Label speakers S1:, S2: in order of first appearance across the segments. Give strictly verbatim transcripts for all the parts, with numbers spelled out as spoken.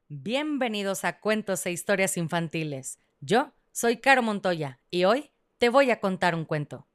S1: Bienvenidos a Cuentos e Historias Infantiles. Yo soy Caro Montoya y hoy te voy a contar un cuento.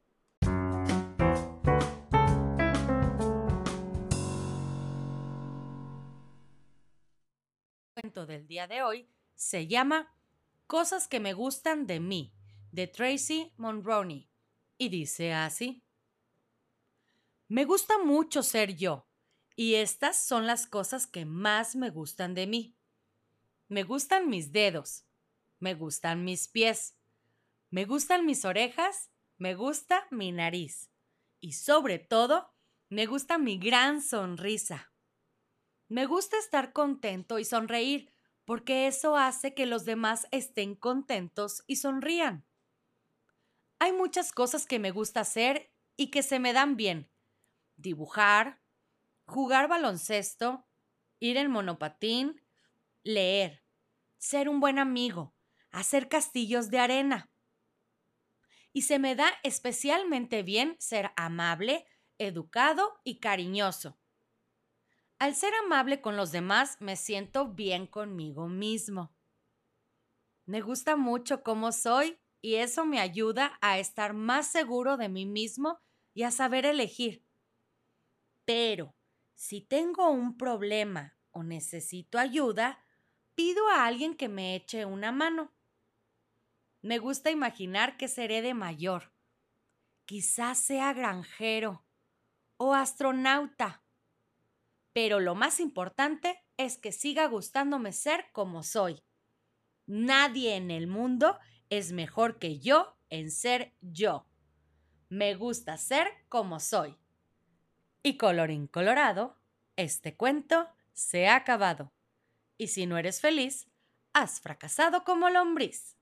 S1: El cuento del día de hoy se llama Cosas que me gustan de mí, de Tracy Monroney, y dice así. Me gusta mucho ser yo, y estas son las cosas que más me gustan de mí. Me gustan mis dedos, me gustan mis pies, me gustan mis orejas, me gusta mi nariz y sobre todo, me gusta mi gran sonrisa. Me gusta estar contento y sonreír porque eso hace que los demás estén contentos y sonrían. Hay muchas cosas que me gusta hacer y que se me dan bien. Dibujar, jugar baloncesto, ir en monopatín, leer, ser un buen amigo, hacer castillos de arena. Y se me da especialmente bien ser amable, educado y cariñoso. Al ser amable con los demás, me siento bien conmigo mismo. Me gusta mucho cómo soy y eso me ayuda a estar más seguro de mí mismo y a saber elegir. Pero si tengo un problema o necesito ayuda, pido a alguien que me eche una mano. Me gusta imaginar que seré de mayor. Quizás sea granjero o astronauta. Pero lo más importante es que siga gustándome ser como soy. Nadie en el mundo es mejor que yo en ser yo. Me gusta ser como soy. Y colorín colorado, este cuento se ha acabado. Y si no eres feliz, has fracasado como lombriz.